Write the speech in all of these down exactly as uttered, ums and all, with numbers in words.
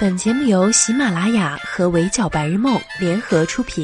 本节目由喜马拉雅和围剿白日梦联合出品。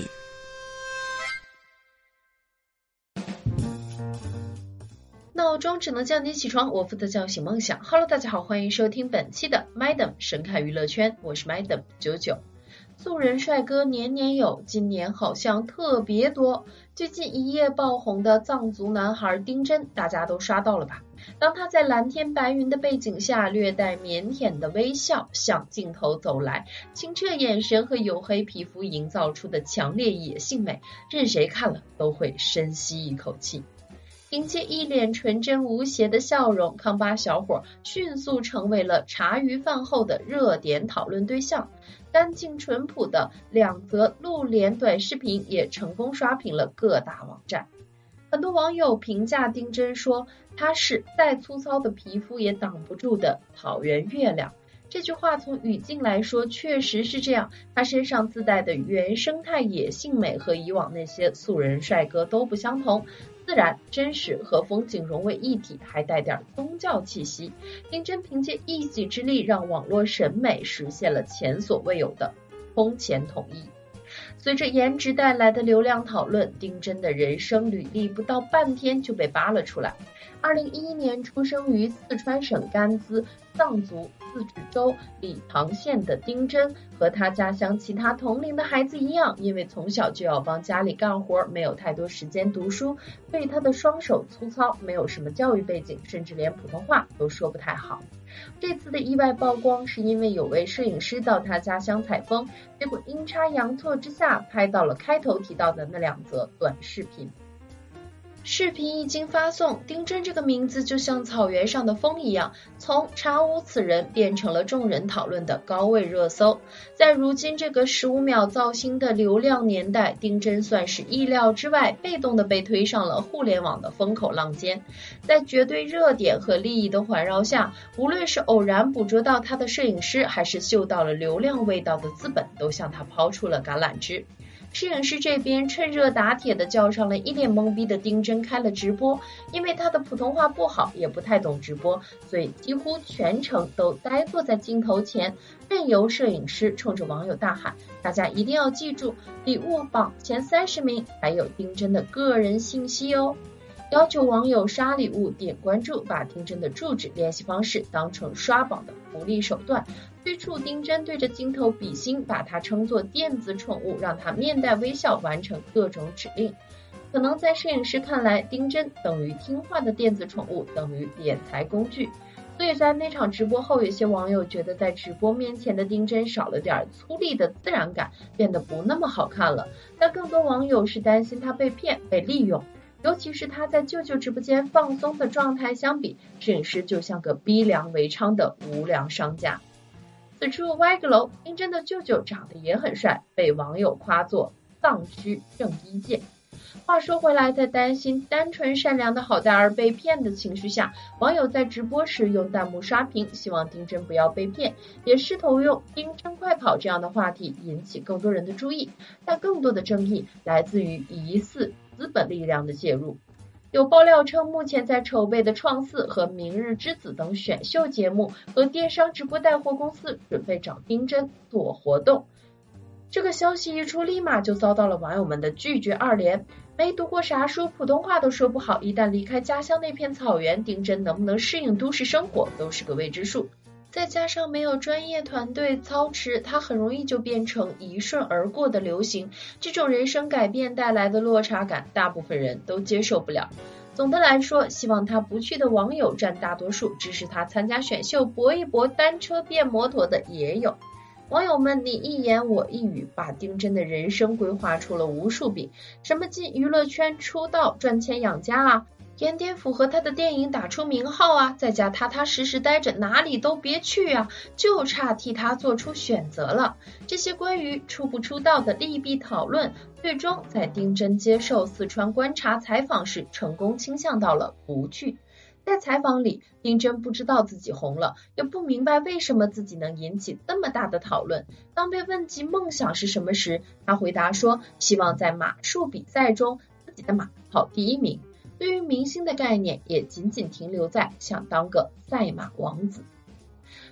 闹钟只能叫你起床，我负责叫醒梦想。Hello， 大家好，欢迎收听本期的 Madam 神侃娱乐圈，我是 Madam 九九。素人帅哥年年有，今年好像特别多。最近一夜爆红的藏族男孩丁真，大家都刷到了吧？当他在蓝天白云的背景下，略带腼腆的微笑向镜头走来，清澈眼神和黝黑皮肤营造出的强烈野性美，任谁看了都会深吸一口气。凭借一脸纯真无邪的笑容，康巴小伙迅速成为了茶余饭后的热点讨论对象。干净淳朴的两则露脸短视频也成功刷屏了各大网站。很多网友评价丁真说，他是再粗糙的皮肤也挡不住的草原月亮。这句话从语境来说确实是这样，他身上自带的原生态野性美和以往那些素人帅哥都不相同，自然、真实和风景融为一体，还带点宗教气息。丁真凭借一己之力让网络审美实现了前所未有的空前统一。随着颜值带来的流量讨论，丁真的人生履历不到半天就被扒了出来。二零一一年出生于四川省甘孜藏族自治州理塘县的丁真，和他家乡其他同龄的孩子一样，因为从小就要帮家里干活，没有太多时间读书，所以他的双手粗糙，没有什么教育背景，甚至连普通话都说不太好。这次的意外曝光是因为有位摄影师到他家乡采风，结果阴差阳错之下拍到了开头提到的那两则短视频。视频一经发送，丁真这个名字就像草原上的风一样，从查无此人变成了众人讨论的高位热搜。在如今这个十五秒造星的流量年代，丁真算是意料之外，被动的被推上了互联网的风口浪尖。在绝对热点和利益的环绕下，无论是偶然捕捉到他的摄影师，还是嗅到了流量味道的资本，都向他抛出了橄榄枝。摄影师这边趁热打铁的叫上了一脸懵逼的丁真开了直播，因为他的普通话不好，也不太懂直播，所以几乎全程都呆坐在镜头前，任由摄影师冲着网友大喊，大家一定要记住，礼物榜前三十名还有丁真的个人信息哦。要求网友刷礼物点关注，把丁真的住址、联系方式当成刷榜的福利手段。催促丁真对着镜头比心，把它称作电子宠物，让他面带微笑完成各种指令。可能在摄影师看来，丁真等于听话的电子宠物，等于敛财工具。所以在那场直播后，有些网友觉得在直播面前的丁真少了点粗粝的自然感，变得不那么好看了。但更多网友是担心他被骗、被利用。尤其是他在舅舅直播间放松的状态相比，摄影师就像个逼良为娼的无良商家。此处歪个楼，丁真的舅舅长得也很帅，被网友夸作藏区郑伊健。话说回来，在担心单纯善良的好大儿被骗的情绪下，网友在直播时用弹幕刷屏，希望丁真不要被骗，也试图用丁真快跑这样的话题引起更多人的注意。但更多的争议来自于疑似资本力量的介入。有爆料称，目前在筹备的创四和明日之子等选秀节目和电商直播带货公司准备找丁真做活动。这个消息一出，立马就遭到了网友们的拒绝二连。没读过啥书，普通话都说不好，一旦离开家乡那片草原，丁真能不能适应都市生活都是个未知数。再加上没有专业团队操持，他很容易就变成一瞬而过的流行。这种人生改变带来的落差感，大部分人都接受不了。总的来说，希望他不去的网友占大多数，支持他参加选秀搏一搏单车变摩托的也有。网友们你一言我一语，把丁真的人生规划出了无数笔，什么进娱乐圈出道赚钱养家啊，点点符合他的电影打出名号啊，在家踏踏实实待着，哪里都别去啊，就差替他做出选择了。这些关于出不出道的利弊讨论，最终在丁真接受四川观察采访时成功倾向到了不去。在采访里，丁真不知道自己红了，也不明白为什么自己能引起这么大的讨论。当被问及梦想是什么时，他回答说，希望在马术比赛中自己的马跑第一名。对于明星的概念也仅仅停留在想当个赛马王子。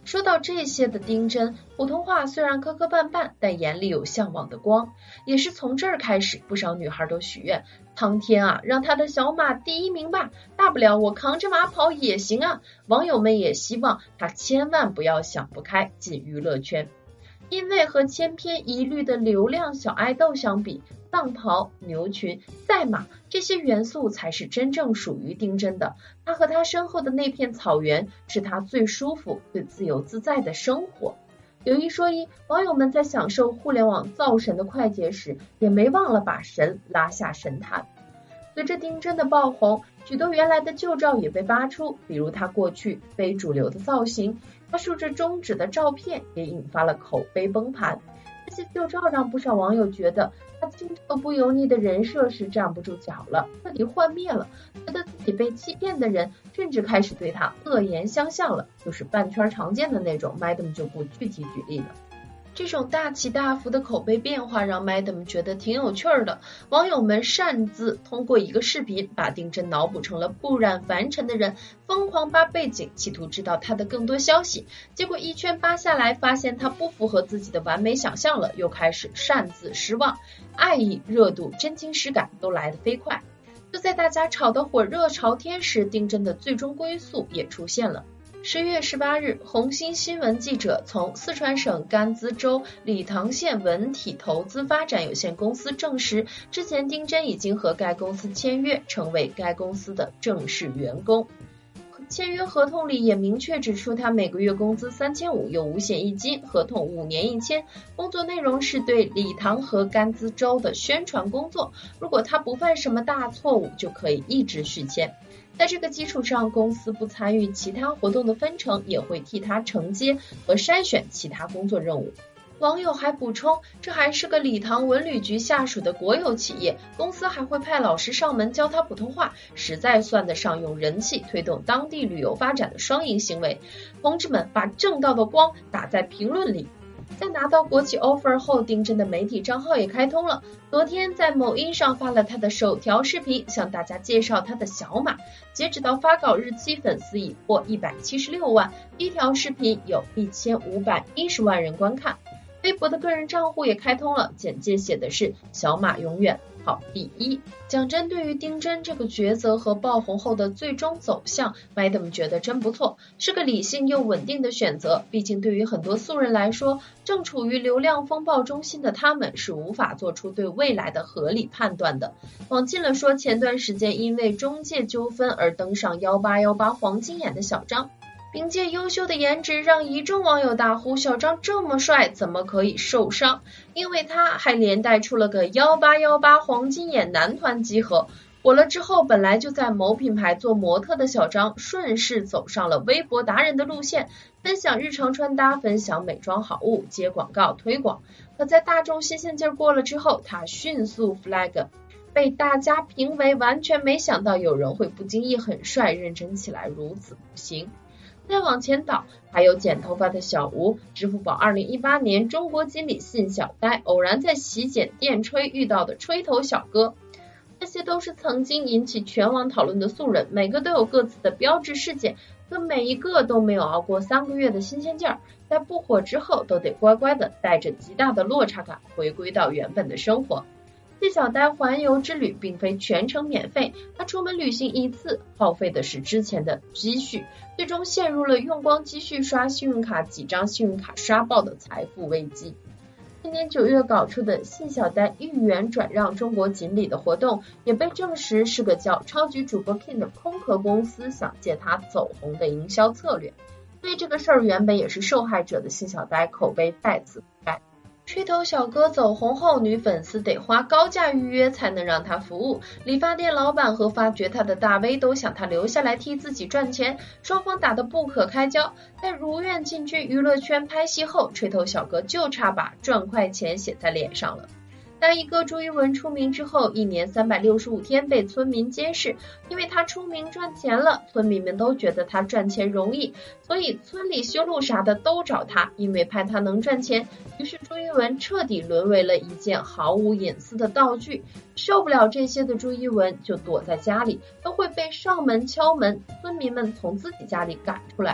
说到这些的丁真，普通话虽然磕磕绊绊，但眼里有向往的光。也是从这儿开始，不少女孩都许愿，苍天啊，让她的小马第一名吧，大不了我扛着马跑也行啊。网友们也希望她千万不要想不开进娱乐圈。因为和千篇一律的流量小爱豆相比，丧袍、牛群、赛马这些元素才是真正属于丁真的。他和他身后的那片草原是他最舒服、最自由自在的生活。有一说一，网友们在享受互联网造神的快捷时，也没忘了把神拉下神坛。随着丁真的爆红，许多原来的旧照也被扒出，比如他过去非主流的造型，他竖着中指的照片也引发了口碑崩盘。这些旧照让不少网友觉得他清澈不油腻的人设是站不住脚了，彻底幻灭了，觉得自己被欺骗的人甚至开始对他恶言相向了，就是饭圈常见的那种 Madam 就不具体举例了。这种大起大伏的口碑变化让 Madam 觉得挺有趣的，网友们擅自通过一个视频把丁真脑补成了不染凡尘的人，疯狂扒背景，企图知道他的更多消息，结果一圈扒下来，发现他不符合自己的完美想象了，又开始擅自失望，爱意、热度、真情实感都来得飞快。就在大家吵得火热朝天时，丁真的最终归宿也出现了。十月十八日，红星新闻记者从四川省甘孜州理塘县文体投资发展有限公司证实，之前丁真已经和该公司签约，成为该公司的正式员工。签约合同里也明确指出，他每个月工资三千五，有五险一金，合同五年一签，工作内容是对理塘和甘孜州的宣传工作，如果他不犯什么大错误，就可以一直续签。在这个基础上，公司不参与其他活动的分成，也会替他承接和筛选其他工作任务。网友还补充，这还是个理塘文旅局下属的国有企业，公司还会派老师上门教他普通话，实在算得上用人气推动当地旅游发展的双赢行为。同志们，把正道的光打在评论里。在拿到国企 offer 后，丁真的媒体账号也开通了。昨天在某音上发了他的首条视频，向大家介绍他的小马。截止到发稿日期，粉丝已破一百七十六万，第一条视频有一千五百一十万人观看。微博的个人账户也开通了，简介写的是小马永远跑第一。讲真，对于丁真这个抉择和爆红后的最终走向， Madam 觉得真不错，是个理性又稳定的选择。毕竟对于很多素人来说，正处于流量风暴中心的他们是无法做出对未来的合理判断的。往近了说，前段时间因为中介纠纷而登上一八一八黄金眼的小张，凭借优秀的颜值让一众网友大呼小张这么帅怎么可以受伤，因为他还连带出了个一八一八黄金眼男团集合。火了之后，本来就在某品牌做模特的小张顺势走上了微博达人的路线，分享日常穿搭，分享美妆好物，接广告推广。可在大众新鲜劲过了之后，他迅速 flag， 被大家评为完全没想到有人会不经意很帅，认真起来如此不行。再往前倒，还有剪头发的小吴，支付宝二零一八年中国经理信小呆，偶然在洗剪店吹遇到的吹头小哥，这些都是曾经引起全网讨论的素人，每个都有各自的标志事件，可每一个都没有熬过三个月的新鲜劲儿，在不火之后都得乖乖的带着极大的落差感回归到原本的生活。信小呆环游之旅并非全程免费，他出门旅行一次耗费的是之前的积蓄，最终陷入了用光积蓄刷信用卡几张信用卡刷爆的财富危机。今年九月搞出的信小呆一元转让中国锦鲤的活动，也被证实是个叫超级主播 King 的空壳公司想借他走红的营销策略。因为这个事儿原本也是受害者的信小呆口碑再次覆盖。吹头小哥走红后，女粉丝得花高价预约才能让他服务，理发店老板和发掘他的大 V 都想他留下来替自己赚钱，双方打得不可开交。在如愿进军娱乐圈拍戏后，吹头小哥就差把赚快钱写在脸上了。大一哥朱一文出名之后，一年三百六十五天被村民监视，因为他出名赚钱了，村民们都觉得他赚钱容易，所以村里修路啥的都找他，因为怕他能赚钱。于是朱一文彻底沦为了一件毫无隐私的道具，受不了这些的朱一文就躲在家里，都会被上门敲门，村民们从自己家里赶出来。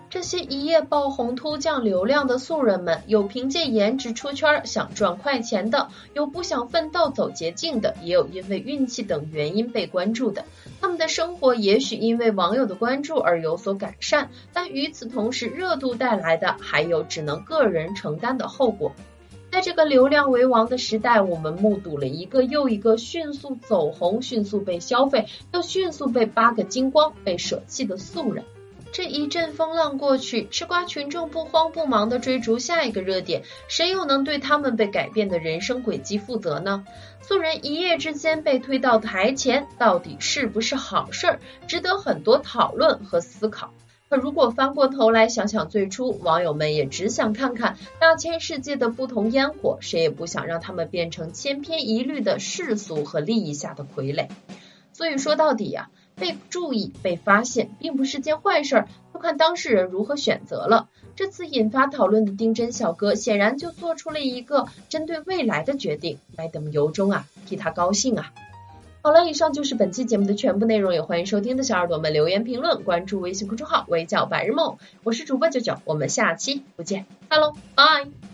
这些一夜爆红突降流量的素人们，有凭借颜值出圈想赚快钱的，有不想奋斗走捷径的，也有因为运气等原因被关注的。他们的生活也许因为网友的关注而有所改善，但与此同时，热度带来的还有只能个人承担的后果。在这个流量为王的时代，我们目睹了一个又一个迅速走红、迅速被消费，又迅速被扒个精光、被舍弃的素人。这一阵风浪过去，吃瓜群众不慌不忙地追逐下一个热点，谁又能对他们被改变的人生轨迹负责呢？素人一夜之间被推到台前，到底是不是好事儿，值得很多讨论和思考。可如果翻过头来想想最初，网友们也只想看看大千世界的不同烟火，谁也不想让他们变成千篇一律的世俗和利益下的傀儡。所以说到底啊，被注意、被发现并不是件坏事，就看当事人如何选择了。这次引发讨论的丁真小哥显然就做出了一个针对未来的决定，Madam由衷啊，替他高兴啊。好了，以上就是本期节目的全部内容，也欢迎收听的小耳朵们留言评论，关注微信公众号微叫白日梦，我是主播九九，我们下期不见，哈喽，拜。